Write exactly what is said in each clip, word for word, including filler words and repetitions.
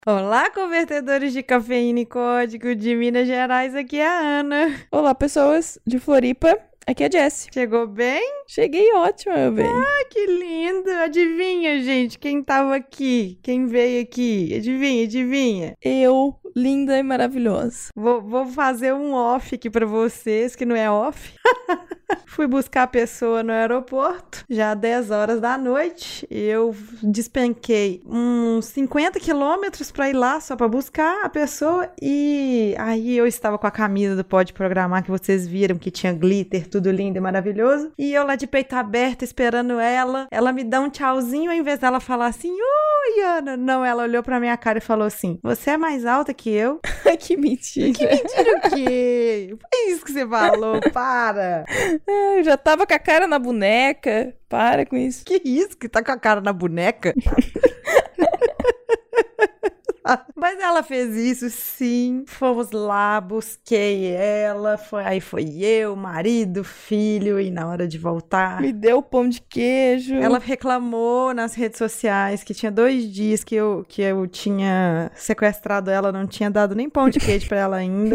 Olá, convertedores de cafeína e código de Minas Gerais, aqui é a Ana. Olá, pessoas de Floripa, aqui é a Jessie. Chegou bem? Cheguei ótima, meu bem. Ah, que lindo! Adivinha, gente, quem tava aqui? Quem veio aqui? Adivinha, adivinha? Eu, linda e maravilhosa. Vou, vou fazer um off aqui pra vocês, que não é off. Fui buscar a pessoa no aeroporto, já dez horas da noite. Eu despenquei uns cinquenta quilômetros pra ir lá, só pra buscar a pessoa. E aí eu estava com a camisa do Pode Programar, que vocês viram, que tinha glitter, tudo lindo e maravilhoso. E eu lá de peito aberto, esperando ela. Ela me dá um tchauzinho, ao invés dela falar assim, oi, Ana. Não, ela olhou pra minha cara e falou assim, você é mais alta que eu? Que mentira. Que mentira o quê? Foi isso que você falou, para. Eu já tava com a cara na boneca. Para com isso. Que isso? Que tá com a cara na boneca? Mas ela fez isso, sim. Fomos lá, busquei ela. Foi, aí foi eu, marido, filho. E na hora de voltar... Me deu pão de queijo. Ela reclamou nas redes sociais que tinha dois dias que eu, que eu tinha sequestrado ela. Não tinha dado nem pão de queijo pra ela ainda.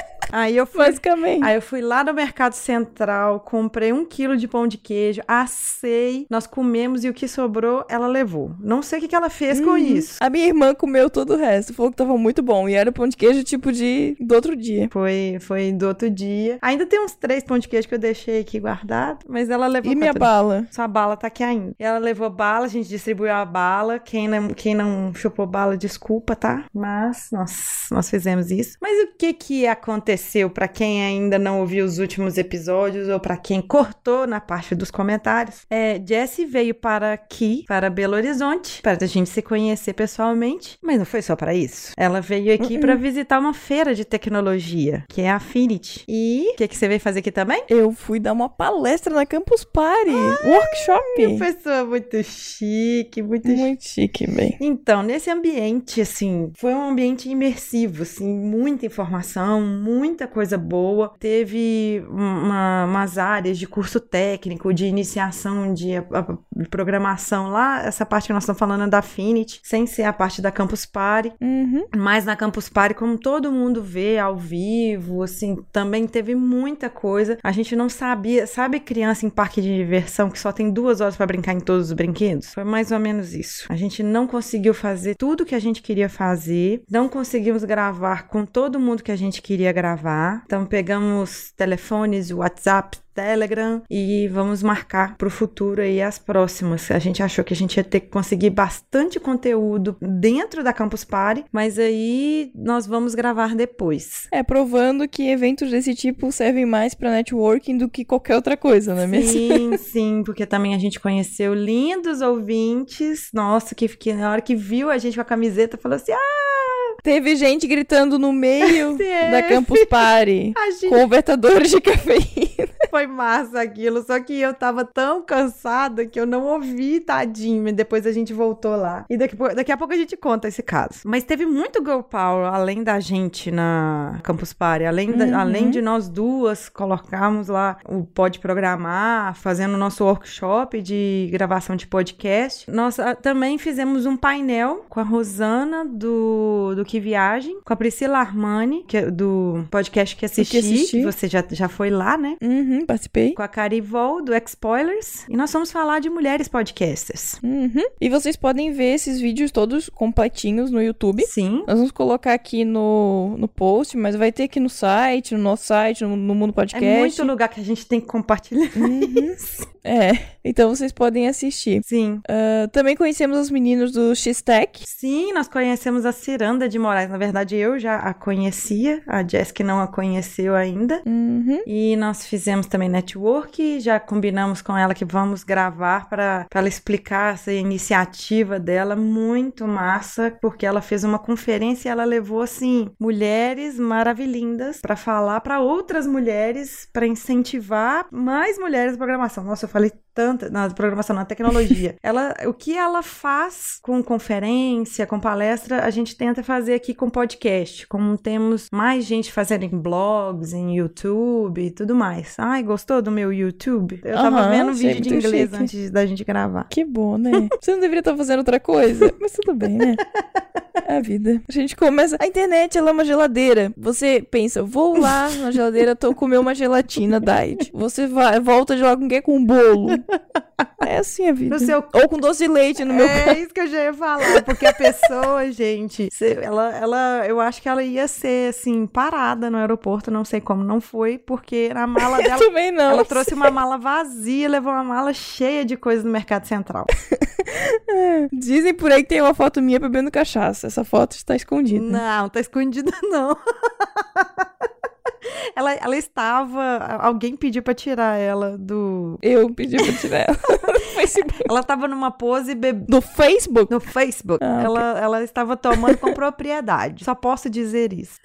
Aí eu fui, Basicamente. Aí eu fui lá no Mercado Central, comprei um quilo de pão de queijo, assei, nós comemos e o que sobrou, ela levou. Não sei o que, que ela fez Uhum. com isso. A minha irmã comeu todo o resto, falou que tava muito bom. E era pão de queijo tipo de do outro dia. Foi, foi do outro dia. Ainda tem uns três pão de queijo que eu deixei aqui guardado, mas ela levou. E minha tudo. bala? Sua bala tá aqui ainda. E ela levou bala, a gente distribuiu a bala. Quem não, quem não chupou bala, desculpa, tá? Mas nós, nós fizemos isso. Mas o que que aconteceu pra quem ainda não ouviu os últimos episódios ou pra quem cortou na parte dos comentários? É, Jessie veio para aqui, para Belo Horizonte, para a gente se conhecer pessoalmente, mas não foi só para isso. Ela veio aqui uh-uh. para visitar uma feira de tecnologia, que é a Affinity. E o que, que você veio fazer aqui também? Eu fui dar uma palestra na Campus Party, Ai, workshop. Pessoa muito chique, muito, muito chique, bem. Então, nesse ambiente, assim, foi um ambiente imersivo, assim, muita informação, muita coisa boa. Teve uma, umas áreas de curso técnico, de iniciação de, a, de programação lá. Essa parte que nós estamos falando é da Affinity, sem ser a parte da Campus Party. Uhum. Mas na Campus Party, como todo mundo vê ao vivo, assim, também teve muita coisa. A gente não sabia, sabe criança em parque de diversão que só tem duas horas para brincar em todos os brinquedos? Foi mais ou menos isso. A gente não conseguiu fazer tudo que a gente queria fazer, não conseguimos gravar com todo mundo que a gente queria gravar. Então pegamos telefones, WhatsApp, Telegram e vamos marcar pro futuro aí as próximas. A gente achou que a gente ia ter que conseguir bastante conteúdo dentro da Campus Party, mas aí nós vamos gravar depois. É, provando que eventos desse tipo servem mais pra networking do que qualquer outra coisa, não é mesmo? Sim, sim, porque também a gente conheceu lindos ouvintes. Nossa, que, que na hora que viu a gente com a camiseta, falou assim, ah! Teve gente gritando no meio é. da Campus Party, gente... convertadores de cafeína. Foi massa aquilo, só que eu tava tão cansada que eu não ouvi, tadinho, mas depois a gente voltou lá. E daqui, daqui a pouco a gente conta esse caso. Mas teve muito girl power, além da gente na Campus Party, além, da, uhum. além de nós duas colocarmos lá o Pode Programar, fazendo o nosso workshop de gravação de podcast. Nós a, também fizemos um painel com a Rosana do, do Que Viagem, com a Priscila Armani, que é do podcast Que Assisti, que, assisti. que você já, já foi lá, né? Uhum. Participei. Com a Carivol, do X-Spoilers. E nós vamos falar de mulheres podcasters. Uhum. E vocês podem ver esses vídeos todos completinhos no YouTube. Sim. Nós vamos colocar aqui no, no post, mas vai ter aqui no site, no nosso site, no, no Mundo Podcast. É muito lugar que a gente tem que compartilhar uhum. isso. É, então vocês podem assistir. Sim. Uh, também conhecemos os meninos do X-Tech. Sim, nós conhecemos a Ciranda de Moraes. Na verdade, eu já a conhecia. A Jessica não a conheceu ainda. Uhum. E nós fizemos também network. Já combinamos com ela que vamos gravar para ela explicar essa iniciativa dela. Muito massa, porque ela fez uma conferência e ela levou, assim, mulheres maravilhindas para falar para outras mulheres, para incentivar mais mulheres na programação. Nossa, eu falei tanta, na programação, na tecnologia. Ela, o que ela faz com conferência, com palestra, a gente tenta fazer aqui com podcast. Como temos mais gente fazendo em blogs, em YouTube e tudo mais. Ai, gostou do meu YouTube? Eu tava Aham, vendo achei vídeo de muito inglês chique. antes da gente gravar. Que bom, né? Você não deveria estar fazendo outra coisa, mas tudo bem, né? É a vida. A gente começa... A internet, ela é uma geladeira. Você pensa, vou lá na geladeira, tô comer uma gelatina diet. Você vai, volta de lá com o quê? Com um bolo. É assim a vida. No seu... Ou com doce de leite no meu caso. É isso que eu já ia falar, porque a pessoa, gente, cê- ela, ela, eu acho que ela ia ser, assim, parada no aeroporto, não sei como, não foi, porque na mala dela, Eu também não. ela trouxe uma mala vazia, levou uma mala cheia de coisas do Mercado Central. Dizem por aí que tem uma foto minha bebendo cachaça. Essa foto está escondida. Não, tá escondida não. Ela, ela estava, alguém pediu pra tirar ela do... Eu pedi pra tirar ela do Facebook. Ela tava numa pose bebê. Do Facebook? No Facebook. Ah, ok. ela, ela estava tomando com propriedade. Só posso dizer isso.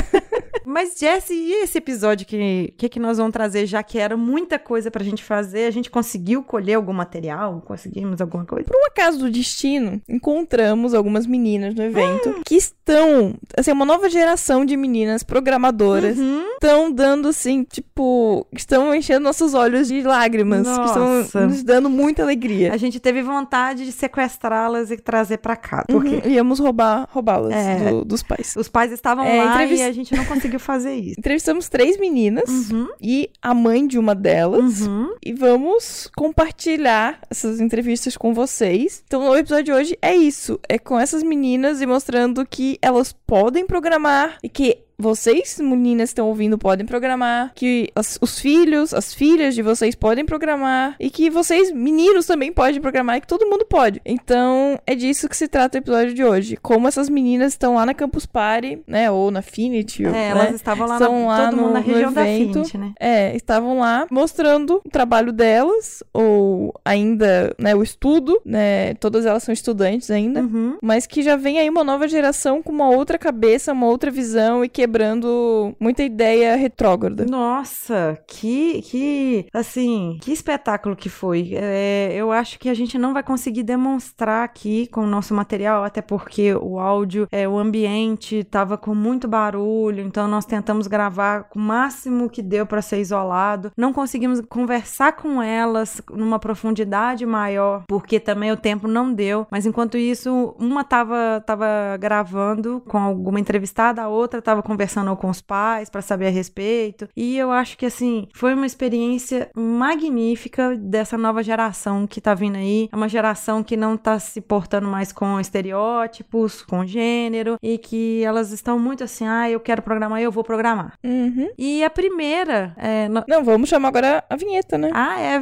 Mas, Jessie, e esse episódio que, que, que nós vamos trazer, já que era muita coisa pra gente fazer? A gente conseguiu colher algum material? Conseguimos alguma coisa? Por um acaso do destino, encontramos algumas meninas no evento que estão, assim, uma nova geração de meninas programadoras. Uhum. Estão dando, assim, tipo, estão enchendo nossos olhos de lágrimas. Que Nossa. estão nos dando muita alegria. A gente teve vontade de sequestrá-las e trazer pra cá. Porque Uhum, íamos roubar, roubá-las É. do- dos pais. os pais estavam É, lá entrevist- e a gente não conseguiu fazer isso. Entrevistamos três meninas Uhum. e a mãe de uma delas. Uhum. E vamos compartilhar essas entrevistas com vocês. Então, o episódio de hoje é isso. É com essas meninas e mostrando que elas podem programar e que vocês, meninas que estão ouvindo, podem programar, que as- os filhos, as filhas de vocês podem programar e que vocês, meninos, também podem programar e que todo mundo pode. Então, é disso que se trata o episódio de hoje. Como essas meninas estão lá na Campus Party, né, ou na Affinity, É, né? elas estavam lá, Estão na, lá todo mundo no- na no região da evento. Affinity, né? É, estavam lá mostrando o trabalho delas, ou ainda, né, o estudo, né, todas elas são estudantes ainda, Uhum. mas que já vem aí uma nova geração com uma outra cabeça, uma outra visão e quebrando muita ideia retrógrada. Nossa, que, que, assim, que espetáculo que foi. É, eu acho que a gente não vai conseguir demonstrar aqui com o nosso material, até porque o áudio, é, o ambiente tava com muito barulho, então nós tentamos gravar com o máximo que deu para ser isolado. Não conseguimos conversar com elas numa profundidade maior, porque também o tempo não deu. Mas enquanto isso, uma tava, tava gravando com alguma entrevistada, a outra tava conversando com os pais para saber a respeito. E eu acho que, assim, foi uma experiência magnífica dessa nova geração que tá vindo aí. É uma geração que não tá se portando mais com estereótipos, com gênero, e que elas estão muito assim, ah, eu quero programar, eu vou programar. Uhum. E a primeira... É, no- Não, vamos chamar agora a vinheta, né? Ah, é a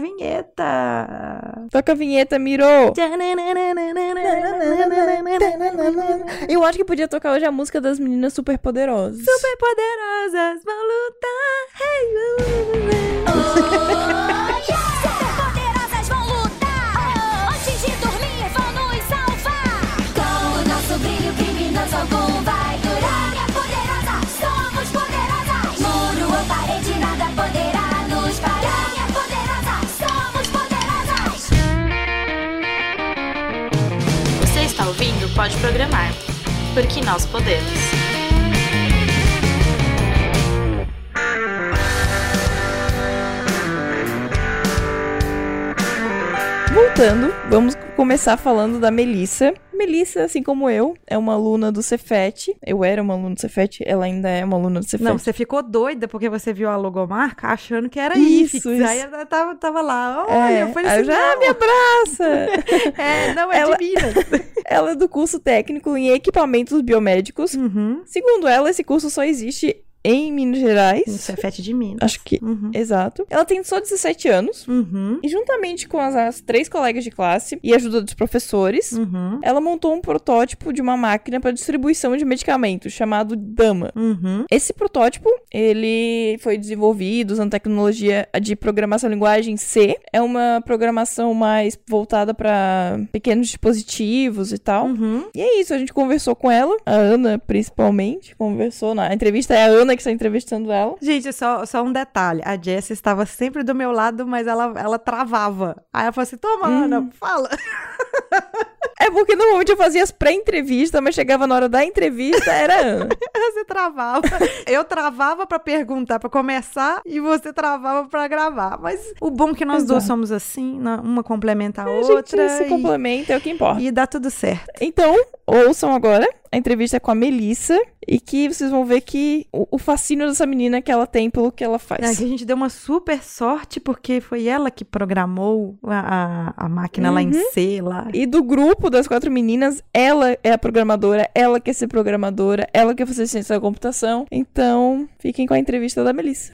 vinheta! Toca a vinheta, Miro! Eu acho que podia tocar hoje a música das meninas superpoderosas. Super poderosas vão lutar. Superpoderosas vão lutar. Antes de dormir vão nos salvar. Com o nosso brilho criminoso algum vai durar. Minha poderosa, somos poderosas. Muro ou parede nada poderá nos parar. Minha poderosa, somos poderosas. Você está ouvindo Pode Programar, porque nós podemos. Voltando, vamos começar falando da Melissa. Melissa, assim como eu, é uma aluna do Cefet. Eu era uma aluna do Cefet, ela ainda é uma aluna do Cefet. Não, você ficou doida porque você viu a logomarca achando que era Isso, I F isso. X. Aí ela tava, tava lá, olha, É, eu falei aí eu assim, já não. me abraça! É, não, é Ela- de Minas. Ela é do curso técnico em equipamentos biomédicos. Uhum. Segundo ela, esse curso só existe em Minas Gerais. No Cefet de Minas. Acho que, Uhum. exato. Ela tem só dezessete anos. Uhum. E juntamente com as, as três colegas de classe e a ajuda dos professores, Uhum. ela montou um protótipo de uma máquina para distribuição de medicamentos chamado Dama. Uhum. Esse protótipo, ele foi desenvolvido usando tecnologia de programação linguagem C. É uma programação mais voltada para pequenos dispositivos e tal. Uhum. E é isso, a gente conversou com ela, a Ana principalmente, conversou na a entrevista, é a Ana que está entrevistando ela. Gente, só, só um detalhe. A Jessie estava sempre do meu lado, mas ela, ela travava. Aí ela falou assim, toma, hum. Ana, fala. É porque normalmente eu fazia as pré-entrevistas, mas chegava na hora da entrevista, era a Ana. Você travava. Eu travava pra perguntar, pra começar, e você travava pra gravar. Mas o bom é que nós Exato. duas somos assim, uma complementa a, a outra. A gente se e... complementa, é o que importa. E dá tudo certo. Então, ouçam agora a entrevista com a Melissa, e que vocês vão ver que o, o fascínio dessa menina que ela tem pelo que ela faz. É, que a gente deu uma super sorte, porque foi ela que programou a, a, a máquina uhum. lá em C. Lá. E do grupo das quatro meninas, ela é a programadora, ela quer ser programadora, ela quer fazer ciência da computação. Então, fiquem com a entrevista da Melissa.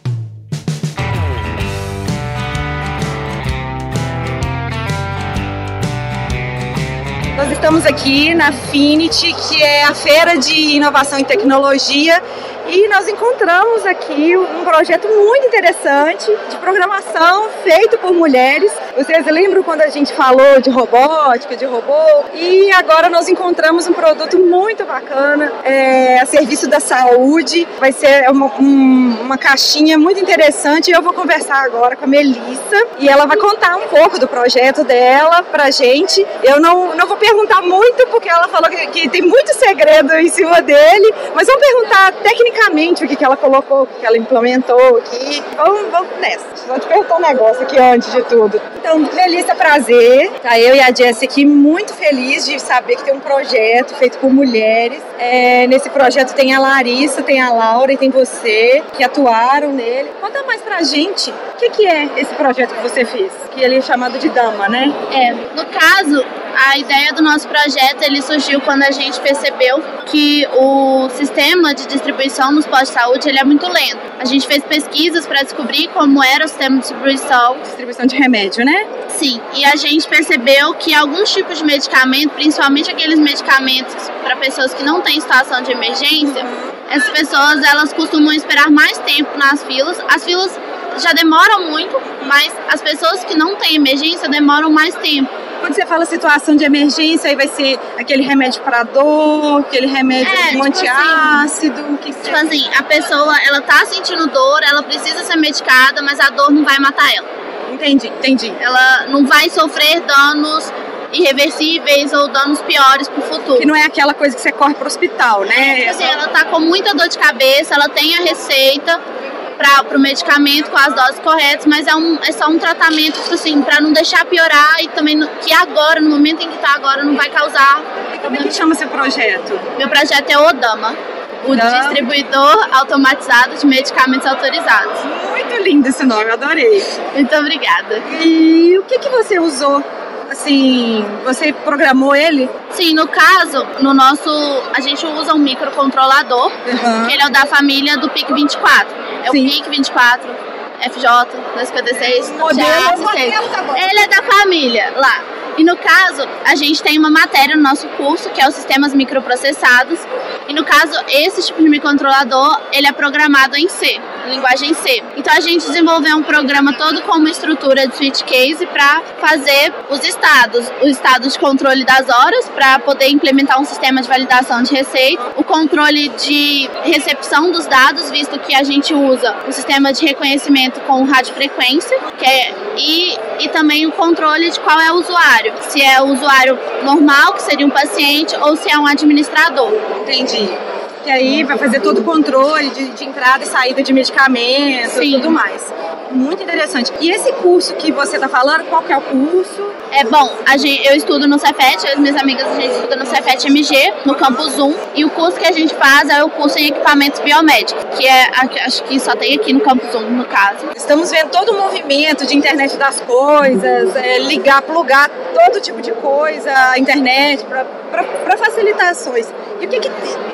Nós estamos aqui na Finity, que é a feira de inovação e tecnologia, e nós encontramos aqui um projeto muito interessante de programação feito por mulheres. Vocês lembram quando a gente falou de robótica, de robô? E agora nós encontramos um produto muito bacana, é, a serviço da saúde. Vai ser uma, um, uma caixinha muito interessante. Eu vou conversar agora com a Melissa e ela vai contar um pouco do projeto dela pra gente. Eu não, não vou perguntar muito, porque ela falou que, que tem muito segredo em cima dele, mas vamos perguntar tecnicamente o que, que ela colocou, o que, que ela implementou aqui. Vamos, vamos nessa. Só te perguntar um negócio aqui antes de tudo. Então, Melissa, prazer. Tá, eu e a Jessie aqui muito feliz de saber que tem um projeto feito por mulheres. É, nesse projeto tem a Larissa, tem a Laura e tem você, que atuaram nele. Conta mais pra gente o que, que é esse projeto que você fez, que ele é chamado de Dama, né? É, no caso, a ideia do nosso projeto ele surgiu quando a gente percebeu que o sistema de distribuição nos postos de saúde ele é muito lento. A gente fez pesquisas para descobrir como era o sistema de distribuição. Distribuição de remédio, né? Sim, e a gente percebeu que alguns tipos de medicamento, principalmente aqueles medicamentos para pessoas que não têm situação de emergência, essas pessoas elas costumam esperar mais tempo nas filas. As filas já demoram muito, mas as pessoas que não têm emergência demoram mais tempo. Quando você fala situação de emergência, aí vai ser aquele remédio para dor, aquele remédio é, tipo antiácido. Assim, que tipo assim, a pessoa ela tá sentindo dor, ela precisa ser medicada, mas a dor não vai matar ela. Entendi, entendi. Ela não vai sofrer danos irreversíveis ou danos piores pro futuro. Que não é aquela coisa que você corre pro hospital, né? É, assim, ela tá com muita dor de cabeça, ela tem a receita para o medicamento com as doses corretas, mas é, um, é só um tratamento, tipo assim, para não deixar piorar e também no, que agora, no momento em que tá agora, não vai causar. E como é que chama seu projeto? Meu projeto é o Dama, o Dama. Distribuidor automatizado de medicamentos autorizados. Muito lindo esse nome, eu adorei. Muito obrigada. E o que, que você usou? Assim, você programou ele? Sim, no caso, no nosso, a gente usa um microcontrolador, uhum. que ele é o da família do P I C vinte e quatro. É Sim. o P I C vinte e quatro, F J, dois cinquenta e seis, modelo, modelo, tá bom. Ele é da família, lá. E no caso, a gente tem uma matéria no nosso curso, que é os sistemas microprocessados. E no caso, esse tipo de microcontrolador, ele é programado em C, linguagem C. Então a gente desenvolveu um programa todo com uma estrutura de switch case para fazer os estados. O estado de controle das horas, para poder implementar um sistema de validação de receita. O controle de recepção dos dados, visto que a gente usa o sistema de reconhecimento com radiofrequência, que é, e, e também o controle de qual é o usuário. Se é o usuário normal, que seria um paciente, ou se é um administrador. Entendi. E aí vai fazer todo o controle de, de entrada e saída de medicamentos e tudo mais. Muito interessante. E esse curso que você está falando, qual que é o curso? É bom, a gente, eu estudo no Cefet, eu e as minhas amigas a gente estuda no Cefet M G, no campus um. E o curso que a gente faz é o curso em equipamentos biomédicos, que é, acho que só tem aqui no campus um, no caso. Estamos vendo todo o movimento de internet das coisas, é, ligar, plugar todo tipo de coisa, a internet, para facilitações. E o que que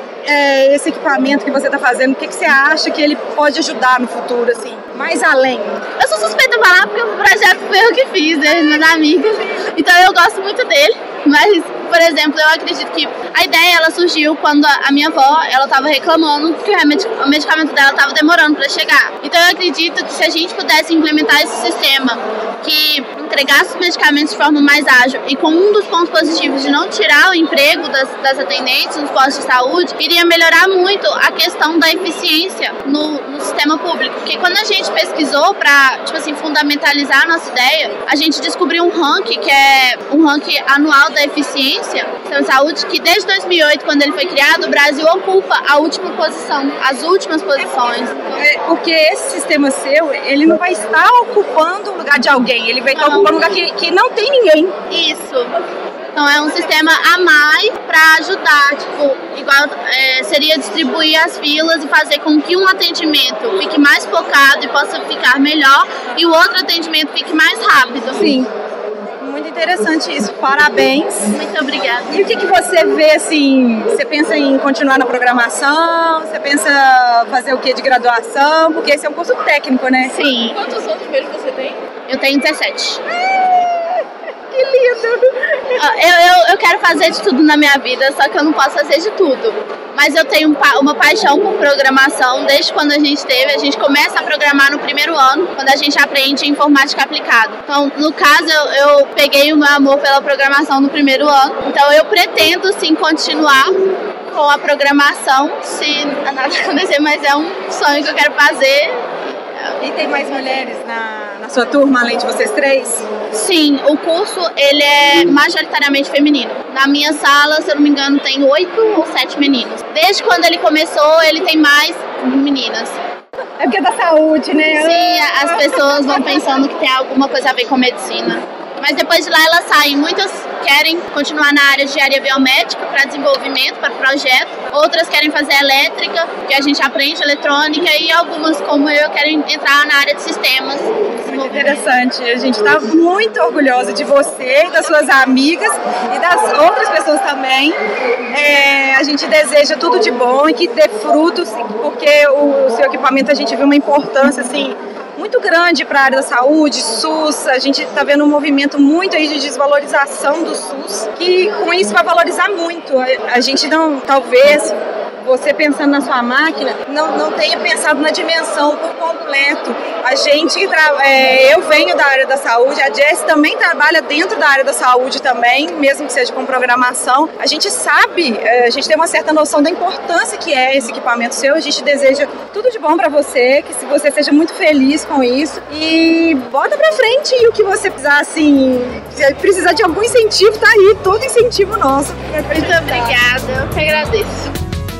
é, esse equipamento que você está fazendo, o que que você acha que ele pode ajudar no futuro, assim, mais além? Eu sou suspeita de falar porque o projeto foi eu que fiz, eu e meus amigos, então eu gosto muito dele, mas, por exemplo, eu acredito que a ideia ela surgiu quando a minha avó, ela estava reclamando que o medicamento dela estava demorando para chegar. Então eu acredito que se a gente pudesse implementar esse sistema, que entregar os medicamentos de forma mais ágil e com um dos pontos positivos de não tirar o emprego das, das atendentes nos postos de saúde, iria melhorar muito a questão da eficiência no, no sistema público. Porque quando a gente pesquisou para, tipo assim, fundamentalizar a nossa ideia, a gente descobriu um ranking, que é um ranking anual da eficiência do sistema de saúde, que desde dois mil e oito, quando ele foi criado, o Brasil ocupa a última posição, as últimas posições. É, porque esse sistema seu, ele não vai estar ocupando o lugar de alguém, ele vai estar Não. ocupando um lugar que, que não tem ninguém. Isso. Então é um sistema a mais para ajudar, tipo, igual é, seria distribuir as filas e fazer com que um atendimento fique mais focado e possa ficar melhor e o outro atendimento fique mais rápido. Sim. Muito interessante isso. Parabéns. Muito obrigada. E o que, que você vê, assim, você pensa em continuar na programação? Você pensa fazer o que de graduação? Porque esse é um curso técnico, né? Sim. Quantos anos mesmo você tem? Eu tenho dezessete. Que lindo! Eu, eu, eu quero fazer de tudo na minha vida, só que eu não posso fazer de tudo. Mas eu tenho uma paixão por programação desde quando a gente teve. A gente começa a programar no primeiro ano, quando a gente aprende informática aplicada. Então, no caso, eu, eu peguei o meu amor pela programação no primeiro ano. Então, eu pretendo, sim, continuar com a programação, se nada acontecer, mas é um sonho que eu quero fazer. E tem mais mulheres na, na sua turma, além de vocês três? Sim, o curso ele é majoritariamente feminino. Na minha sala, se eu não me engano, tem oito ou sete meninos. Desde quando ele começou, ele tem mais meninas. É porque é da saúde, né? Sim, as pessoas vão pensando que tem alguma coisa a ver com medicina. Mas depois de lá elas saem. Muitas querem continuar na área de engenharia biomédica para desenvolvimento, para projeto. Outras querem fazer elétrica, que a gente aprende eletrônica. E algumas, como eu, querem entrar na área de sistemas. Muito interessante. A gente está muito orgulhosa de você e das suas amigas e das outras pessoas também. É, a gente deseja tudo de bom e que dê frutos, porque o seu equipamento a gente viu uma importância assim muito grande para a área da saúde, SUS. A gente está vendo um movimento muito aí de desvalorização do SUS, que com isso vai valorizar muito. A, a gente não, talvez, você pensando na sua máquina, não, não tenha pensado na dimensão por completo. A gente, é, eu venho da área da saúde, a Jess também trabalha dentro da área da saúde também, mesmo que seja com programação. A gente sabe, a gente tem uma certa noção da importância que é esse equipamento seu. A gente deseja tudo de bom para você, que você seja muito feliz com isso e bota pra frente. E o que você precisar, assim, se precisar de algum incentivo, tá aí, todo incentivo nosso. Muito obrigada, eu que agradeço.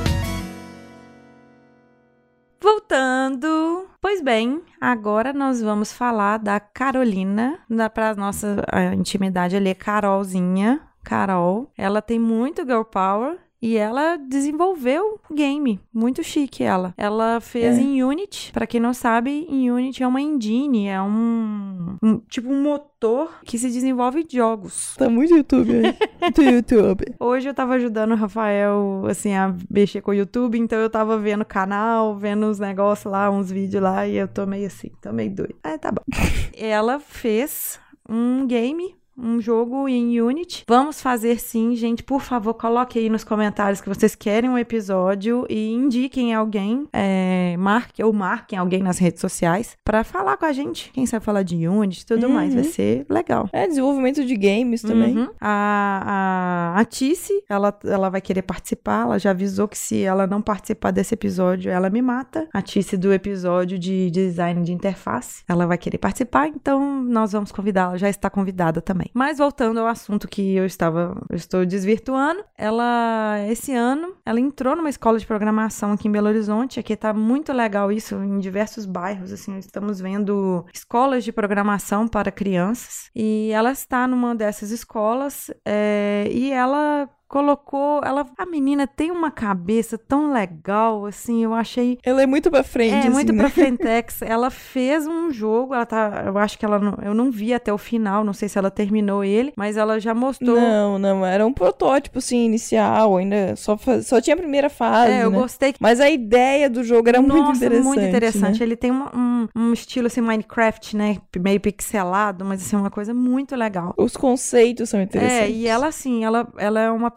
Voltando. Pois bem, agora nós vamos falar da Carolina, para a nossa a intimidade ali, Carolzinha. Carol, ela tem muito girl power. E ela desenvolveu game, muito chique ela. Ela fez É. em Unity, pra quem não sabe, em Unity é uma engine, é um, um tipo um motor que se desenvolve jogos. Tá muito YouTube aí. Do YouTube. Hoje eu tava ajudando o Rafael, assim, a mexer com o YouTube, então eu tava vendo o canal, vendo uns negócios lá, uns vídeos lá, e eu tô meio assim, tô meio doida. Ah, tá bom. Ela fez um game, um jogo em Unity. Vamos fazer sim, gente. Por favor, coloque aí nos comentários que vocês querem um episódio e indiquem alguém, é, marque ou marquem alguém nas redes sociais pra falar com a gente. Quem sabe falar de Unity e tudo Uhum. mais. Vai ser legal. É, desenvolvimento de games também. Uhum. A, a, a Tice, ela, ela vai querer participar. Ela já avisou que se ela não participar desse episódio, ela me mata. A Tice do episódio de design de interface. Ela vai querer participar, então nós vamos convidá-la. Já está convidada também. Mas voltando ao assunto que eu estava, eu estou desvirtuando, ela, esse ano, ela entrou numa escola de programação aqui em Belo Horizonte. Aqui tá muito legal isso, em diversos bairros, assim, estamos vendo escolas de programação para crianças. E ela está numa dessas escolas, é, e ela colocou, ela, a menina tem uma cabeça tão legal, assim, eu achei... Ela é muito pra frente, É, assim, muito né? pra frentex. Ela fez um jogo, ela tá, eu acho que ela, não, eu não vi até o final, não sei se ela terminou ele, mas ela já mostrou... Não, não, era um protótipo, assim, inicial, ainda só, fa- só tinha a primeira fase, É, eu né? gostei. Mas a ideia do jogo era Nossa, muito interessante, muito interessante. né? Ele tem uma- um, um estilo, assim, Minecraft, né, meio pixelado, mas, assim, uma coisa muito legal. Os conceitos são interessantes. É, e ela, assim, ela, ela é uma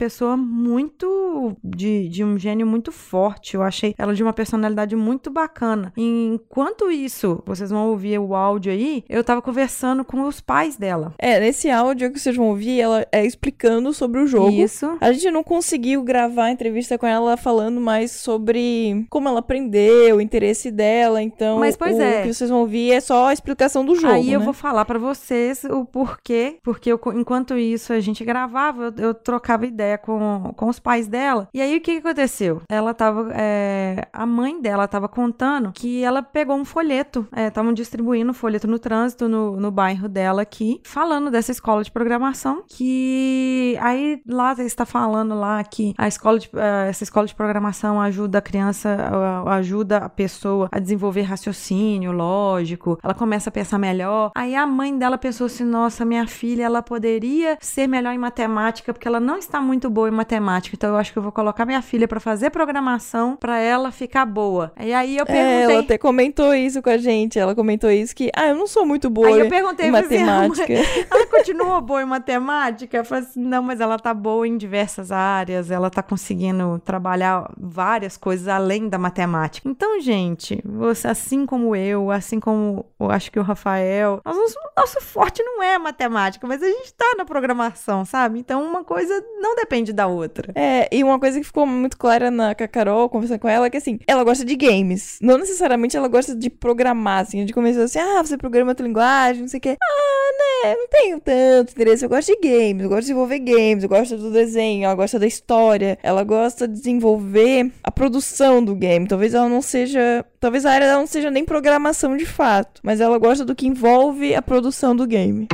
pessoa muito de, de um gênio muito forte. Eu achei ela de uma personalidade muito bacana. Enquanto isso, vocês vão ouvir o áudio aí, eu tava conversando com os pais dela. É, nesse áudio que vocês vão ouvir, ela é explicando sobre o jogo. Isso. A gente não conseguiu gravar a entrevista com ela falando mais sobre como ela aprendeu, o interesse dela, então Mas, pois o é. que vocês vão ouvir é só a explicação do jogo, Aí eu né? vou falar pra vocês o porquê, porque eu, enquanto isso a gente gravava, eu, eu trocava ideia com, com os pais dela. E aí o que, que aconteceu? Ela tava, é, a mãe dela tava contando que ela pegou um folheto, estavam é, distribuindo um folheto no trânsito no, no bairro dela aqui, falando dessa escola de programação, que aí lá está falando lá que a escola de, uh, essa escola de programação ajuda a criança, uh, ajuda a pessoa a desenvolver raciocínio lógico, ela começa a pensar melhor. Aí a mãe dela pensou assim, nossa, minha filha, ela poderia ser melhor em matemática, porque ela não está muito boa em matemática, então eu acho que eu vou colocar minha filha pra fazer programação pra ela ficar boa. E aí eu perguntei... É, ela até comentou isso com a gente, ela comentou isso que, ah, eu não sou muito boa aí eu perguntei, em matemática. Assim, ela continua boa em matemática? Eu falei assim, não, mas ela tá boa em diversas áreas, ela tá conseguindo trabalhar várias coisas além da matemática. Então, gente, você, assim como eu, assim como eu acho que o Rafael, nosso, nosso forte não é a matemática, mas a gente tá na programação, sabe? Então, uma coisa não depende da outra. É, e uma coisa que ficou muito clara na com a Carol, conversando com ela, é que assim, ela gosta de games. Não necessariamente ela gosta de programar, assim. A gente começou assim, ah, você programa outra linguagem, não sei o quê. Ah, né, não tenho tanto interesse. Eu gosto de games, eu gosto de desenvolver games, eu gosto do desenho, ela gosta da história, ela gosta de desenvolver a produção do game. Talvez ela não seja... Talvez a área dela não seja nem programação de fato, mas ela gosta do que envolve a produção do game.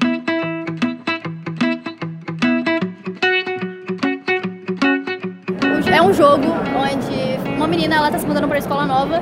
É um jogo onde uma menina ela tá se mudando para a escola nova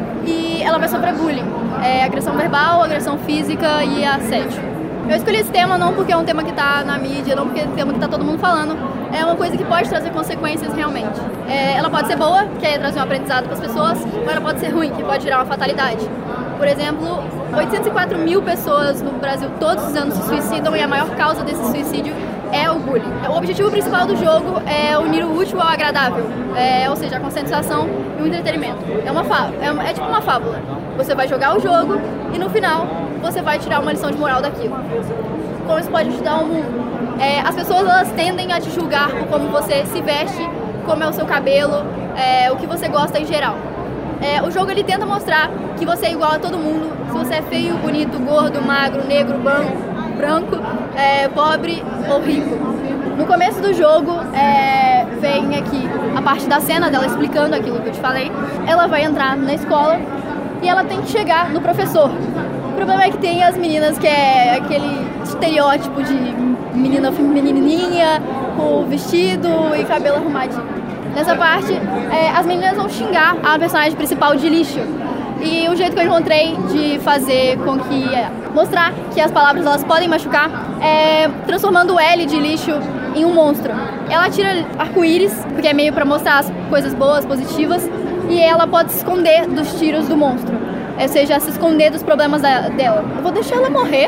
e ela vai sofrer bullying, é, agressão verbal, agressão física e assédio. Eu escolhi esse tema não porque é um tema que tá na mídia, não porque é um tema que tá todo mundo falando, é uma coisa que pode trazer consequências realmente. É, ela pode ser boa, que é trazer um aprendizado para as pessoas, ou ela pode ser ruim, que pode gerar uma fatalidade. Por exemplo, oitocentos e quatro mil pessoas no Brasil todos os anos se suicidam e a maior causa desse suicídio é o bullying. O objetivo principal do jogo é unir o útil ao agradável, é, ou seja, a conscientização e o entretenimento. É, uma fá- é, uma, é tipo uma fábula. Você vai jogar o jogo e no final você vai tirar uma lição de moral daquilo. Como isso pode ajudar o mundo? É, as pessoas elas tendem a te julgar por como você se veste, como é o seu cabelo, é, o que você gosta em geral. É, o jogo ele tenta mostrar que você é igual a todo mundo, se você é feio, bonito, gordo, magro, negro, branco, branco é, pobre ou rico. No começo do jogo, é, vem aqui a parte da cena dela explicando aquilo que eu te falei. Ela vai entrar na escola e ela tem que chegar no professor. O problema é que tem as meninas que é aquele estereótipo de menina menininha, com vestido e cabelo arrumadinho. Nessa parte, é, as meninas vão xingar a personagem principal de lixo. E o jeito que eu encontrei de fazer com que... É, mostrar que as palavras elas podem machucar é transformando o L de lixo em um monstro. Ela tira arco-íris, porque é meio pra mostrar as coisas boas, positivas, e ela pode se esconder dos tiros do monstro. Ou seja, se esconder dos problemas da, dela. Eu vou deixar ela morrer,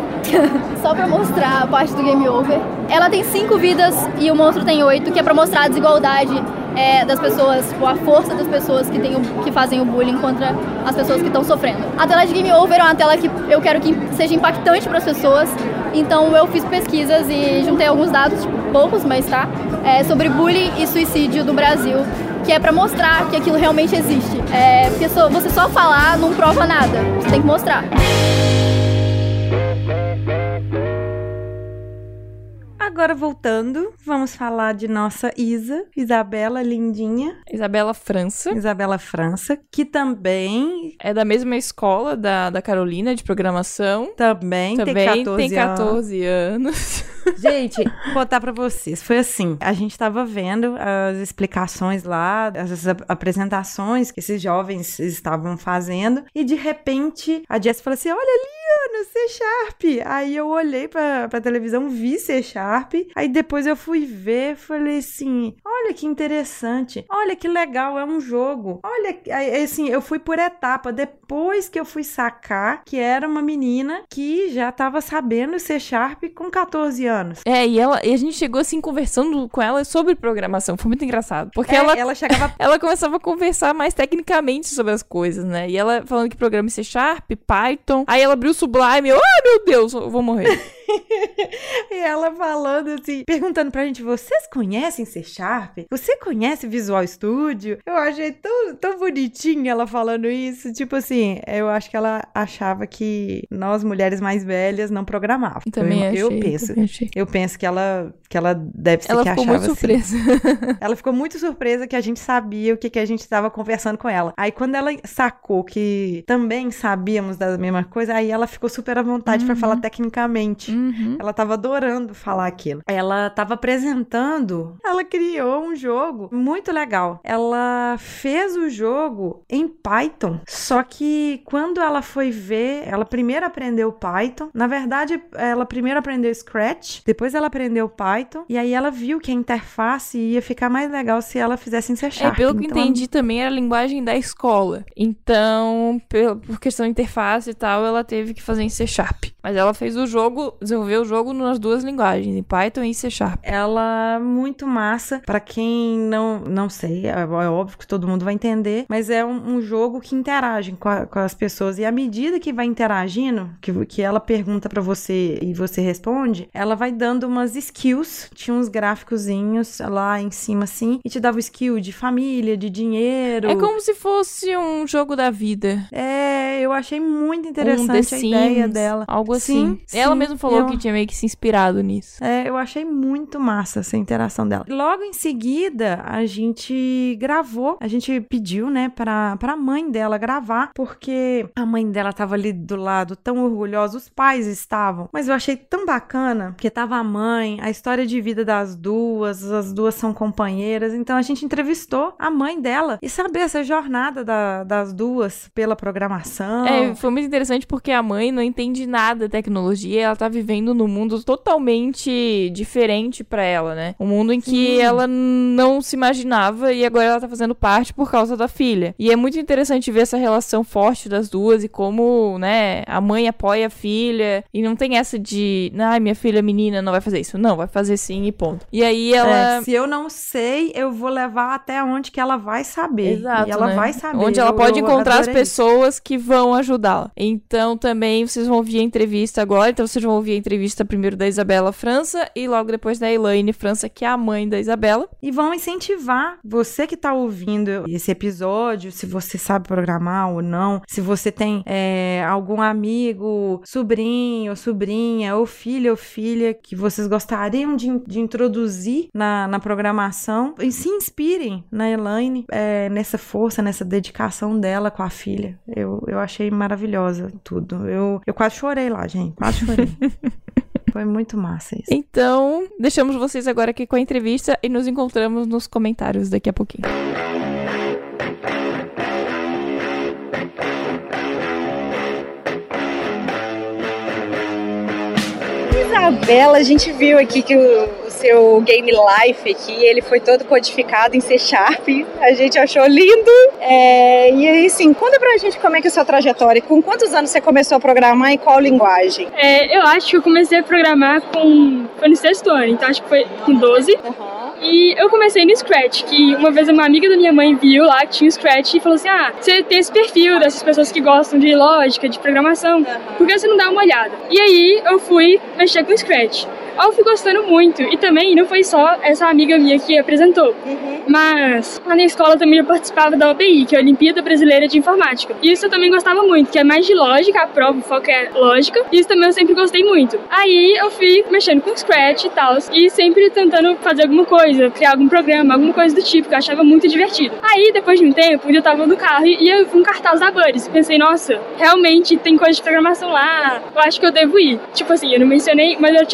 só pra mostrar a parte do game over. Ela tem cinco vidas e o monstro tem oito, que é pra mostrar a desigualdade é, das pessoas, tipo, a força das pessoas que, tem o, que fazem o bullying contra as pessoas que estão sofrendo. A tela de game over é uma tela que eu quero que seja impactante para as pessoas, então eu fiz pesquisas e juntei alguns dados, tipo, poucos, mas tá, é, sobre bullying e suicídio no Brasil, que é pra mostrar que aquilo realmente existe. É, porque só, você só falar não prova nada, você tem que mostrar. Agora voltando, vamos falar de nossa Isa, Isabela lindinha. Isabela França. Isabela França, que também... É da mesma escola da, da Carolina, de programação. Também, também tem catorze, tem catorze anos. Gente, vou contar pra vocês. Foi assim, a gente tava vendo as explicações lá, as apresentações que esses jovens estavam fazendo, e de repente a Jess falou assim, olha ali, no C Sharp. Aí eu olhei pra, pra televisão, vi C Sharp, aí depois eu fui ver, falei assim, olha que interessante, olha que legal, é um jogo. Olha, aí, assim, eu fui por etapa, depois que eu fui sacar que era uma menina que já tava sabendo C Sharp com catorze anos. É, e, ela, e a gente chegou assim conversando com ela sobre programação, foi muito engraçado, porque É, ela, ela chegava... ela começava a conversar mais tecnicamente sobre as coisas, né, e ela falando que programa em C Sharp, Python, aí ela abriu o Sublime, eu, ah, meu Deus, eu vou morrer. E ela falando assim, perguntando pra gente, vocês conhecem C Sharp? Você conhece Visual Studio? Eu achei tão, tão bonitinho ela falando isso, tipo assim, eu acho que ela achava que nós, mulheres mais velhas, não programavam. Também eu, achei. eu penso, também achei. eu penso que ela, que ela deve ser Ela que ficou achava muito surpresa. assim. Ela ficou muito surpresa que a gente sabia o que, que a gente estava conversando com ela. Aí quando ela sacou que também sabíamos da mesma coisa, aí ela ficou super à vontade Uhum. pra falar tecnicamente. Uhum. Ela tava adorando falar aquilo. Ela tava apresentando, ela criou um jogo muito legal. Ela fez o jogo em Python, só que quando ela foi ver, ela primeiro aprendeu Python. Na verdade, ela primeiro aprendeu Scratch, depois ela aprendeu Python, e aí ela viu que a interface ia ficar mais legal se ela fizesse em C Sharp. É, pelo que então, entendi também era a linguagem da escola. Então, pelo, por questão de interface e tal, ela teve que fazer em C Sharp. Mas ela fez o jogo, desenvolveu o jogo nas duas linguagens, em Python e C Sharp. Ela muito massa, pra quem não, não sei, é, é óbvio que todo mundo vai entender, mas é um, um jogo que interage com, a, com as pessoas, e à medida que vai interagindo, que, que ela pergunta pra você e você responde, ela vai dando umas skills, tinha uns gráficozinhos lá em cima assim, e te dava skill de família, de dinheiro. É como se fosse um jogo da vida. É, eu achei muito interessante um The a Sims, ideia dela. Algo Sim, assim. Ela sim, mesma falou eu- que tinha meio que se inspirado nisso. É, eu achei muito massa essa interação dela. Logo em seguida, a gente gravou, a gente pediu, né, pra, pra mãe dela gravar, porque a mãe dela tava ali do lado, tão orgulhosa, os pais estavam, mas eu achei tão bacana, porque tava a mãe, a história de vida das duas, as duas são companheiras, então a gente entrevistou a mãe dela e saber essa jornada da- das duas pela programação. É, foi muito interessante porque a mãe não entende nada da tecnologia, ela tá vivendo num mundo totalmente diferente pra ela, né? Um mundo em que Sim. ela não se imaginava e agora ela tá fazendo parte por causa da filha. E é muito interessante ver essa relação forte das duas e como, né, a mãe apoia a filha e não tem essa de, ai, minha filha menina não vai fazer isso. Não, vai fazer sim e ponto. E aí ela... É, se eu não sei, eu vou levar até onde que ela vai saber. Exato, e ela né? vai saber. Onde ela Eu- pode eu encontrar as adorei pessoas que vão ajudá-la. Então também vocês vão ouvir a entrevista agora. Então vocês vão ouvir a entrevista primeiro da Isabela França e logo depois da Elaine França, que é a mãe da Isabela. E vão incentivar você que tá ouvindo esse episódio, se você sabe programar ou não, se você tem é, algum amigo, sobrinho ou sobrinha, ou filho ou filha que vocês gostariam de, de introduzir na, na programação, e se inspirem na Elaine, é, nessa força, nessa dedicação dela com a filha. Eu, eu achei maravilhosa tudo. Eu, eu quase chorei lá, gente, quase chorei. Foi muito massa isso. Então, deixamos vocês agora aqui com a entrevista e nos encontramos nos comentários daqui a pouquinho. Isabela, a gente viu aqui que o, o seu Game Life aqui, ele foi todo codificado em C Sharp, a gente achou lindo. É, e aí, assim, conta pra gente como é que é a sua trajetória, com quantos anos você começou a programar e qual linguagem? É, eu acho que eu comecei a programar com... foi no sexto ano, então acho que foi com doze. E eu comecei no Scratch, que uma vez uma amiga da minha mãe viu lá que tinha o Scratch e falou assim, ah, você tem esse perfil dessas pessoas que gostam de lógica, de programação, por que você não dá uma olhada? E aí eu fui mexer com o Scratch. Eu fui gostando muito, e também não foi só essa amiga minha que apresentou, mas lá na escola também eu participava da O B I, que é a Olimpíada Brasileira de Informática. E isso eu também gostava muito, que é mais de lógica, a prova, o foco é lógica, e isso também eu sempre gostei muito. Aí eu fui mexendo com Scratch e tal, e sempre tentando fazer alguma coisa, criar algum programa, alguma coisa do tipo, que eu achava muito divertido. Aí, depois de um tempo, eu tava no carro e eu vi um cartaz da Buddies. Pensei, nossa, realmente tem coisa de programação lá, eu acho que eu devo ir. Tipo assim, eu não mencionei, mas eu tinha até feito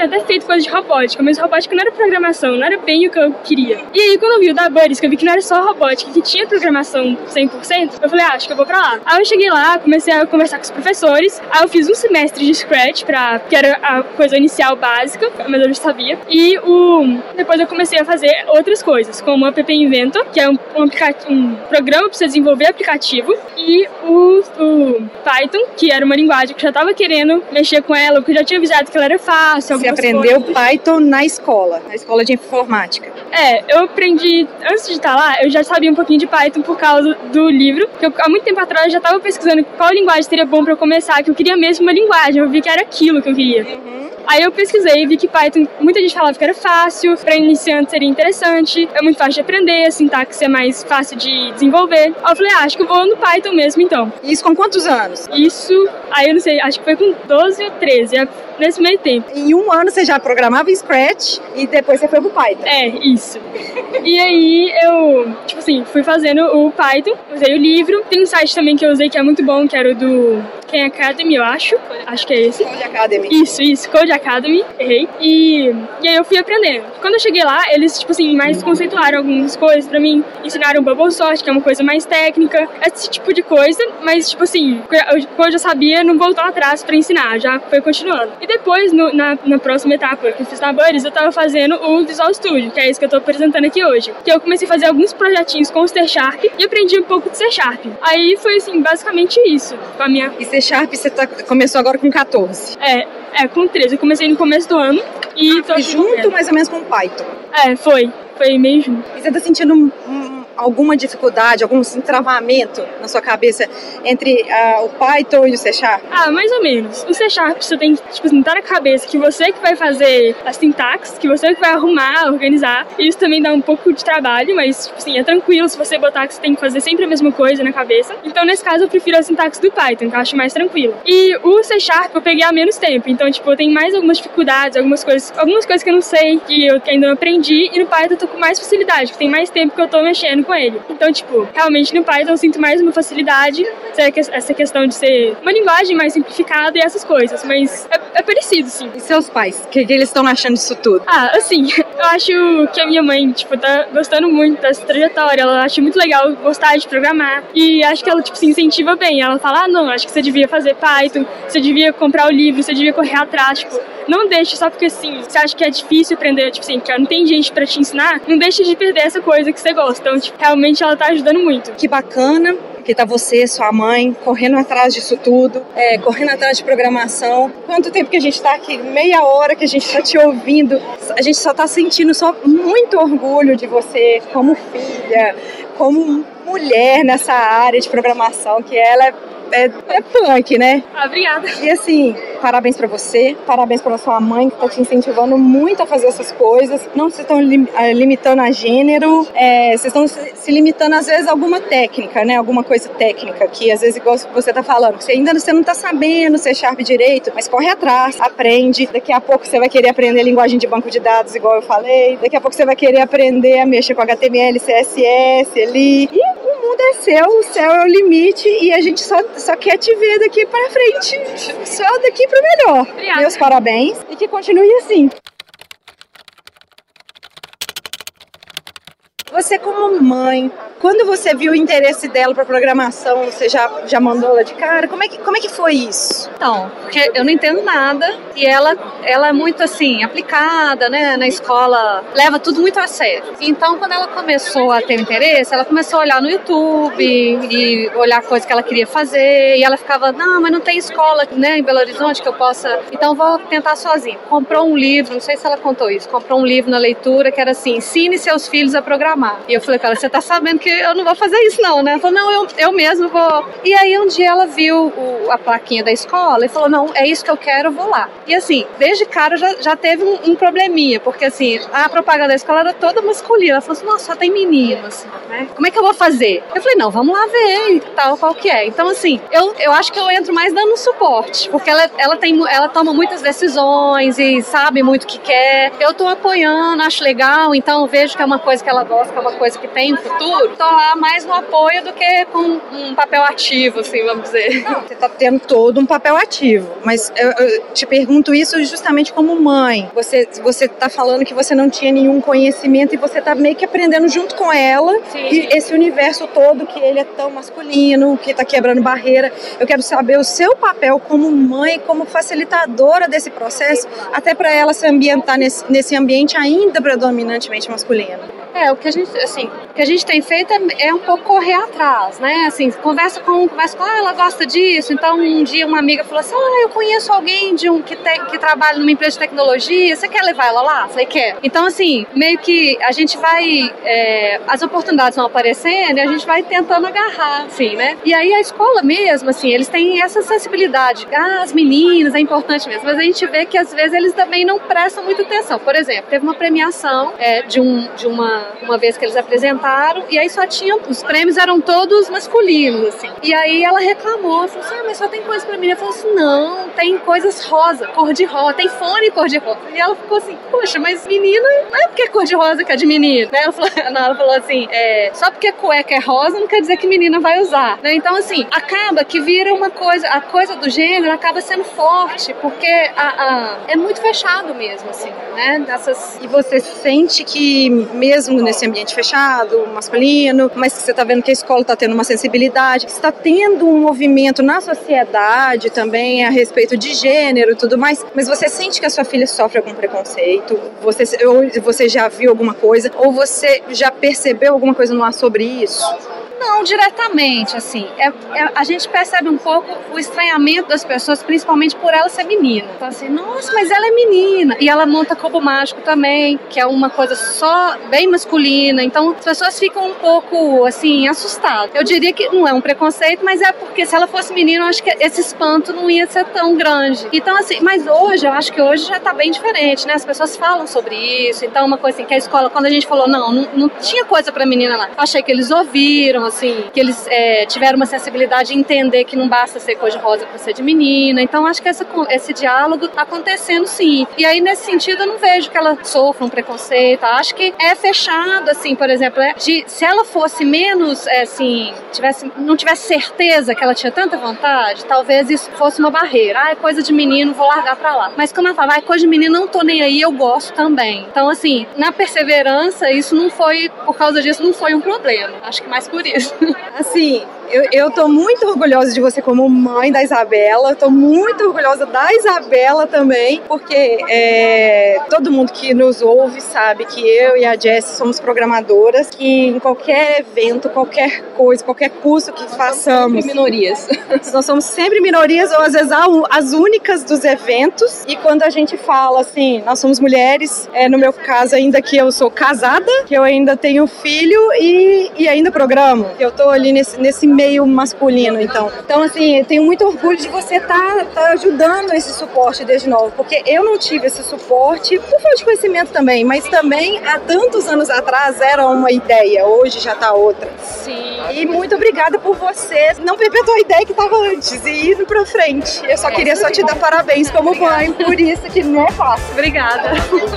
coisas de robótica, mas robótica não era programação, não era bem o que eu queria. E aí, quando eu vi o da Buddies, que eu vi que não era só robótica, que tinha programação cem por cento, eu falei, ah, acho que eu vou pra lá. Aí eu cheguei lá, comecei a conversar com os professores, aí eu fiz um semestre de Scratch, pra, que era a coisa inicial básica, mas eu já sabia. E o, depois eu comecei a fazer outras coisas, como o App Inventor, que é um, um, um programa pra você desenvolver aplicativo, e o, o Python, que era uma linguagem que eu já tava querendo mexer com ela, porque eu já tinha avisado que ela era fácil. Você aprendeu coisas. Python na escola, na escola de informática? É, eu aprendi, antes de estar lá, eu já sabia um pouquinho de Python por causa do livro, que eu, há muito tempo atrás eu já tava pesquisando qual linguagem seria bom pra eu começar, que eu queria mesmo uma linguagem, eu vi que era aquilo que eu queria. Uhum. Aí eu pesquisei e vi que Python, muita gente falava que era fácil, para iniciante seria interessante, é muito fácil de aprender, a sintaxe é mais fácil de desenvolver. Aí eu falei, ah, acho que eu vou no Python mesmo então. E isso com quantos anos? Isso, aí eu não sei, acho que foi com doze ou treze, é nesse meio tempo. Em um ano você já programava em Scratch e depois você foi pro Python. É, isso. E aí eu, tipo assim, fui fazendo o Python, usei o livro, tem um site também que eu usei que é muito bom, que era o do Khan Academy, eu acho. Acho que é esse. Code Academy. Isso, isso, Code Academy, errei. E, e aí eu fui aprendendo. Quando eu cheguei lá, eles, tipo assim, mais conceituaram algumas coisas pra mim. Ensinaram Bubble Sort, que é uma coisa mais técnica, esse tipo de coisa. Mas, tipo assim, quando eu já sabia, não voltou atrás pra ensinar, já foi continuando. E depois, no, na, na próxima etapa que eu fiz na Buddies, eu tava fazendo o Visual Studio, que é isso que eu tô apresentando aqui hoje. Que eu comecei a fazer alguns projetinhos com o C Sharp e aprendi um pouco de C Sharp. Aí foi, assim, basicamente isso. Com a minha... E C Sharp você tá, começou agora com catorze? É, é, com treze. Eu comecei no começo do ano e... Ah, foi junto mais ou menos com o Python? É, foi. Foi meio junto. E você tá sentindo um, um, alguma dificuldade, algum travamento na sua cabeça entre uh, o Python e o C Sharp? Ah, mais ou menos. O C Sharp você tem que, tipo assim, tá na cabeça que você que vai fazer a sintaxe, que você que vai arrumar, organizar. Isso também dá um pouco de trabalho, mas, tipo assim, é tranquilo se você botar que você tem que fazer sempre a mesma coisa na cabeça. Então, nesse caso, eu prefiro a sintaxe do Python, que eu acho mais tranquilo. E o C Sharp eu peguei há menos tempo, então, tipo, eu tenho mais algumas dificuldades, algumas coisas, algumas coisas que eu não sei, que eu ainda não aprendi, e no Python eu tô com mais facilidade, que tem mais tempo que eu tô mexendo com ele. Então, tipo, realmente no Python eu sinto mais uma facilidade, essa questão de ser uma linguagem mais simplificada e essas coisas, mas é, é parecido, sim. E seus pais? O que, que eles estão achando disso tudo? Ah, assim, eu acho que a minha mãe, tipo, tá gostando muito dessa trajetória, ela acha muito legal gostar de programar, e acho que ela, tipo, se incentiva bem. Ela fala, ah, não, acho que você devia fazer Python, você devia comprar o livro, você devia correr atrás, tipo, não deixe só porque, assim, você acha que é difícil aprender, tipo assim, que não tem gente pra te ensinar, não deixe de perder essa coisa que você gosta. Então, tipo, realmente ela tá ajudando muito. Que bacana que tá você, sua mãe, correndo atrás disso tudo, é, correndo atrás de programação. Quanto tempo que a gente tá aqui? Meia hora que a gente tá te ouvindo. A gente só tá sentindo só muito orgulho de você como filha, como mulher nessa área de programação, que ela é É, é punk, né? Ah, obrigada. E assim, parabéns pra você, parabéns pra sua mãe que tá te incentivando muito a fazer essas coisas. Não se estão lim, limitando a gênero, é, vocês estão se, se limitando às vezes a alguma técnica, né? Alguma coisa técnica que às vezes, igual você tá falando, que você ainda você não tá sabendo C Sharp direito, mas corre atrás, aprende. Daqui a pouco você vai querer aprender linguagem de banco de dados, igual eu falei. Daqui a pouco você vai querer aprender a mexer com H T M L, C S S ali. E o mundo é seu, o céu é o limite e a gente só só quer te ver daqui pra frente, só daqui pro melhor. Obrigada. Meus parabéns e que continue assim. Você como mãe, quando você viu o interesse dela para programação, você já, já mandou ela de cara? Como é, que, como é que foi isso? Então, porque eu não entendo nada e ela, ela é muito assim, aplicada, né, na escola, leva tudo muito a sério. Então, quando ela começou a ter interesse, ela começou a olhar no YouTube e olhar coisas que ela queria fazer e ela ficava, não, mas não tem escola, né, em Belo Horizonte que eu possa, então vou tentar sozinha. Comprou um livro, não sei se ela contou isso, comprou um livro na leitura que era assim, ensine seus filhos a programar. E eu falei pra ela, você tá sabendo que eu não vou fazer isso não, né? Ela falou, não, eu, eu mesmo vou. E aí um dia ela viu o, a plaquinha da escola e falou, não, é isso que eu quero, eu vou lá. E assim, desde cara já, já teve um, um probleminha, porque assim, a propaganda da escola era toda masculina. Ela falou assim, nossa, só tem menino, assim, né? Como é que eu vou fazer? Eu falei, não, vamos lá ver e tal, qual que é. Então assim, eu, eu acho que eu entro mais dando suporte, porque ela, ela, tem, ela toma muitas decisões e sabe muito o que quer. Eu tô apoiando, acho legal, então eu vejo que é uma coisa que ela gosta, que é uma coisa que tem um futuro. tô lá mais no apoio do que com um papel ativo, assim, vamos dizer. Não, você tá tendo todo um papel ativo, mas eu, eu te pergunto isso justamente como mãe. Você, você tá falando que você não tinha nenhum conhecimento e você tá meio que aprendendo junto com ela. Sim. E esse universo todo que ele é tão masculino, que tá quebrando barreira. Eu quero saber o seu papel como mãe, como facilitadora desse processo, até para ela se ambientar nesse, nesse ambiente ainda predominantemente masculino. É, o que a gente, assim, o que a gente tem feito é, é um pouco correr atrás, né? Assim, conversa com, conversa com, ah, ela gosta disso. Então, um dia uma amiga falou assim, ah, eu conheço alguém de um, que, te, que trabalha numa empresa de tecnologia, você quer levar ela lá? Você quer? Então, assim, meio que a gente vai, é, as oportunidades vão aparecendo e a gente vai tentando agarrar, assim, né? E aí a escola mesmo, assim, eles têm essa sensibilidade, ah, as meninas, é importante mesmo, mas a gente vê que às vezes eles também não prestam muita atenção. Por exemplo, teve uma premiação é, de, um, de uma uma vez que eles apresentaram, e aí só tinha, os prêmios eram todos masculinos, assim. E aí ela reclamou, falou assim, ah, mas só tem coisa pra menina. Ela falou assim, não, tem coisas rosa, cor de rosa, tem fone cor de rosa. E ela ficou assim, poxa, mas menina, não é porque é cor de rosa que é de menino, né? Ela falou, não, ela falou assim, é, só porque cueca é rosa não quer dizer que menina vai usar, né? Então, assim, acaba que vira uma coisa, a coisa do gênero acaba sendo forte, porque a, a, é muito fechado mesmo, assim, né? Dessas... E você sente que mesmo nesse ambiente fechado, masculino, mas que você está vendo que a escola está tendo uma sensibilidade, que está tendo um movimento na sociedade também a respeito de gênero e tudo mais, mas você sente que a sua filha sofre algum preconceito? Você, ou você já viu alguma coisa? Ou você já percebeu alguma coisa no ar sobre isso? Não, diretamente, assim. É, é, a gente percebe um pouco o estranhamento das pessoas, principalmente por ela ser menina. Então, assim, nossa, mas ela é menina. E ela monta cubo mágico também, que é uma coisa só bem masculina. Então, as pessoas ficam um pouco, assim, assustadas. Eu diria que não é um preconceito, mas é porque se ela fosse menina, eu acho que esse espanto não ia ser tão grande. Então, assim, mas hoje, eu acho que hoje já tá bem diferente, né? As pessoas falam sobre isso. Então, uma coisa assim, que a escola, quando a gente falou, não, não, não tinha coisa pra menina lá. Eu achei que eles ouviram, assim, que eles é, tiveram uma sensibilidade de entender que não basta ser cor de rosa para ser de menina. Então acho que essa, esse diálogo tá acontecendo sim. E aí nesse sentido eu não vejo que ela sofra um preconceito. Acho que é fechado, assim, por exemplo, é, de, se ela fosse menos, é, assim, tivesse, não tivesse certeza que ela tinha tanta vontade, talvez isso fosse uma barreira. Ah, é coisa de menino, vou largar pra lá. Mas como ela fala, ah, é coisa de menino, não tô nem aí, eu gosto também. Então assim, na perseverança, isso não foi, por causa disso, não foi um problema. Acho que mais por isso. Assim, eu, eu tô muito orgulhosa de você como mãe da Isabela, tô muito orgulhosa da Isabela também, porque é, todo mundo que nos ouve sabe que eu e a Jess somos programadoras, que em qualquer evento, qualquer coisa, qualquer curso que nós façamos... Sempre minorias. Nós somos sempre minorias, ou às vezes as únicas dos eventos, e quando a gente fala assim, nós somos mulheres, é, no meu caso ainda que eu sou casada, que eu ainda tenho filho e, e ainda programo, eu tô ali nesse, nesse meio masculino, então. Então, assim, eu tenho muito orgulho de você estar tá, tá ajudando esse suporte desde novo, porque eu não tive esse suporte por falta de conhecimento também, mas também há tantos anos atrás era uma ideia, hoje já tá outra. Sim. E muito obrigada por você não perpetuar a ideia que tava antes e indo pra frente. Eu só queria só te dar parabéns como mãe, por isso que não é fácil. Obrigada.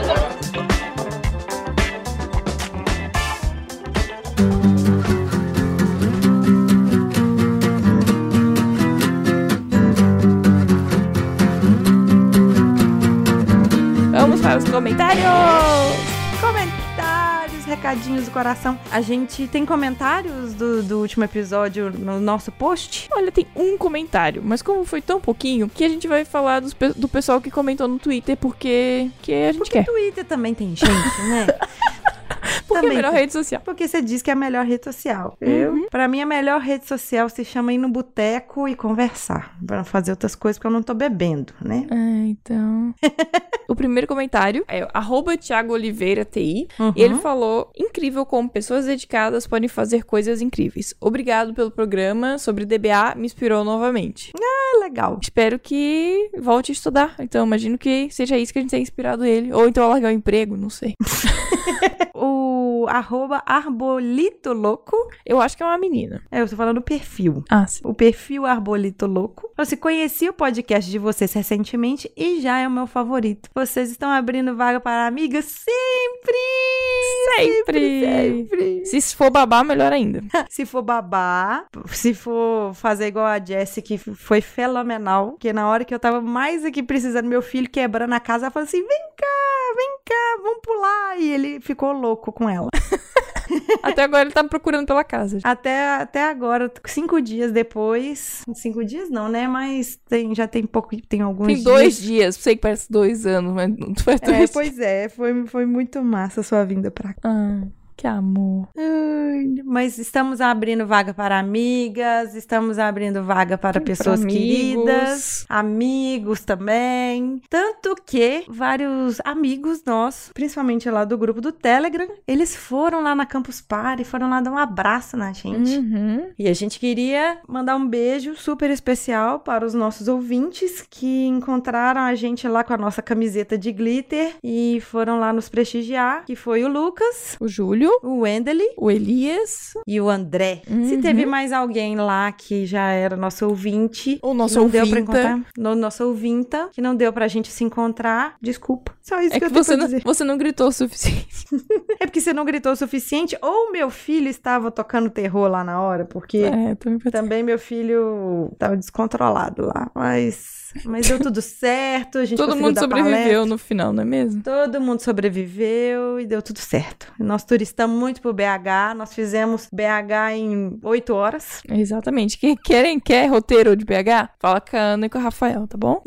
Vamos para os comentários! Comentários, recadinhos do coração. A gente tem comentários do, do último episódio no nosso post? Olha, tem um comentário, mas como foi tão pouquinho, que a gente vai falar dos, do pessoal que comentou no Twitter, porque que a gente porque quer. Porque o Twitter também tem gente, né? Porque também é a melhor rede social. Porque você diz que é a melhor rede social. Uhum. Eu, pra mim, a melhor rede social se chama ir no boteco e conversar. Pra não fazer outras coisas, porque eu não tô bebendo, né? Ah, então... O primeiro comentário é arroba Thiago Oliveira T I. Uhum. E ele falou, incrível como pessoas dedicadas podem fazer coisas incríveis. Obrigado pelo programa sobre D B A, me inspirou novamente. Ah, legal. Espero que volte a estudar. Então, imagino que seja isso que a gente tenha inspirado ele. Ou então largar o emprego, não sei. O o arroba Arbolito Louco. Eu acho que é uma menina. É, eu tô falando o perfil. Ah, sim. O perfil Arbolito Louco. Eu se conheci o podcast de vocês recentemente e já é o meu favorito. Vocês estão abrindo vaga para amigas sempre! Sempre! Sempre, sempre. Se for babá, melhor ainda. Se for babá, se for fazer igual a Jessie, que foi fenomenal, porque na hora que eu tava mais aqui precisando, meu filho quebrando a casa, ela falou assim, vem cá, vem cá, vamos pular. E ele ficou louco com ela. Até agora ele tá me procurando pela casa. Até, até agora, cinco dias depois. Cinco dias não, né? Mas tem, já tem pouco, tem alguns tem dias. Tem dois dias, sei que parece dois anos, mas não faz dois é, dias. Pois é, foi, foi muito massa a sua vinda pra cá. Ah. Que amor. Ai, mas estamos abrindo vaga para amigas, estamos abrindo vaga para Sim, pessoas para amigos. queridas, amigos também. Tanto que vários amigos nossos, principalmente lá do grupo do Telegram, eles foram lá na Campus Party, foram lá dar um abraço na gente. Uhum. E a gente queria mandar um beijo super especial para os nossos ouvintes que encontraram a gente lá com a nossa camiseta de glitter e foram lá nos prestigiar, que foi o Lucas, o Júlio, o Wendely, o Elias e o André. Uhum. Se teve mais alguém lá que já era nosso ouvinte, o nosso não ouvinta. deu pra encontrar, no nosso ouvinta, que não deu pra gente se encontrar, desculpa. Só isso é que, que, eu tenho você pra não, dizer. Você não gritou o suficiente. É porque você não gritou o suficiente ou meu filho estava tocando terror lá na hora, porque é, também, também meu filho estava descontrolado lá, mas... Mas deu tudo certo, a gente Todo mundo sobreviveu palestra. No final, não é mesmo? Todo mundo sobreviveu e deu tudo certo. Nós turistamos muito pro B H, nós fizemos B H em oito horas. Exatamente. Quem querem, quer roteiro de B H? Fala com a Ana e com o Rafael, tá bom?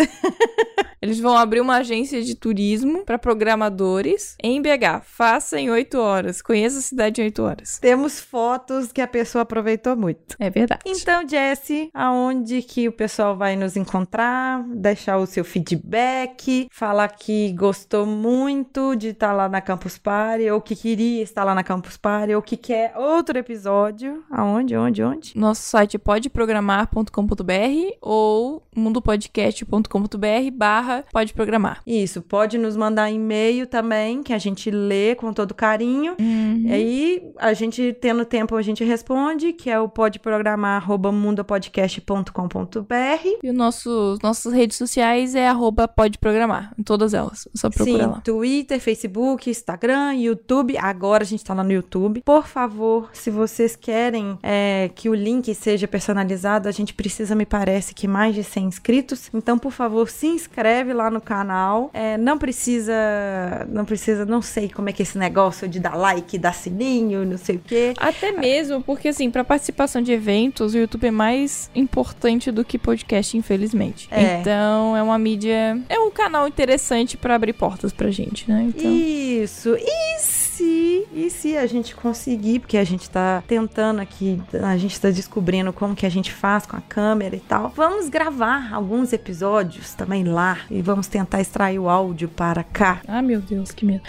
Eles vão abrir uma agência de turismo para programadores em B H. Faça em oito horas. Conheça a cidade em oito horas. Temos fotos que a pessoa aproveitou muito. É verdade. Então, Jessie, aonde que o pessoal vai nos encontrar? Deixar o seu feedback, falar que gostou muito de estar lá na Campus Party, ou que queria estar lá na Campus Party, ou que quer outro episódio. Aonde, onde, onde? Nosso site é podeprogramar ponto com ponto b r ou mundopodcast ponto com ponto b r barra pode programar. Isso, pode nos mandar e-mail também, que a gente lê com todo carinho. Uhum. E aí, a gente, tendo tempo, a gente responde, que é o podeprogramar arroba mundopodcast ponto com ponto b r. E o nosso, nossas redes sociais é arroba podeprogramar, em todas elas. É só procurar Sim, lá. Twitter, Facebook, Instagram, YouTube. Agora a gente tá lá no YouTube. Por favor, se vocês querem é, que o link seja personalizado, a gente precisa, me parece, que mais de cem inscritos. Então, por favor, se inscreve lá no canal. É, não precisa, não precisa, não sei como é que é esse negócio de dar like, dar sininho, não sei o quê. Até mesmo, porque assim, pra participação de eventos, o YouTube é mais importante do que podcast, infelizmente. É. Então, é uma mídia, é um canal interessante pra abrir portas pra gente, né? Então... Isso. E se, e se a gente conseguir, porque a gente tá tentando aqui, a gente tá descobrindo como que a gente faz com a câmera e tal, vamos gravar alguns episódios também lá e vamos tentar extrair o áudio para cá. Ah, meu Deus, que medo.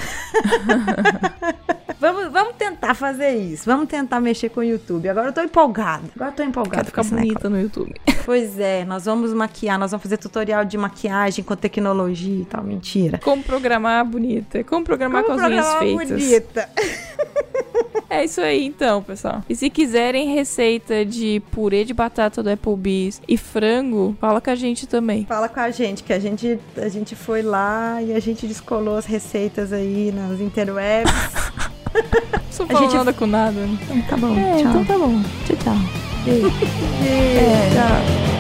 Vamos, vamos tentar fazer isso. Vamos tentar mexer com o YouTube. Agora eu tô empolgada. Agora eu tô empolgada. Quero ficar bonita no YouTube. Pois é, nós vamos maquiar, nós vamos fazer tutorial de maquiagem com tecnologia e tal. Mentira. Como programar bonita. Como programar Como com as unhas feitas. Bonita. É isso aí, então, pessoal. E se quiserem receita de purê de batata do Applebee's e frango, fala com a gente também. Fala com a gente, que a gente, a gente foi lá e a gente descolou as receitas aí nas interwebs. Não falo gente... nada com nada. Então, tá bom, é, tchau. Então tá bom. Tchau, tchau. Beijo. É, tchau.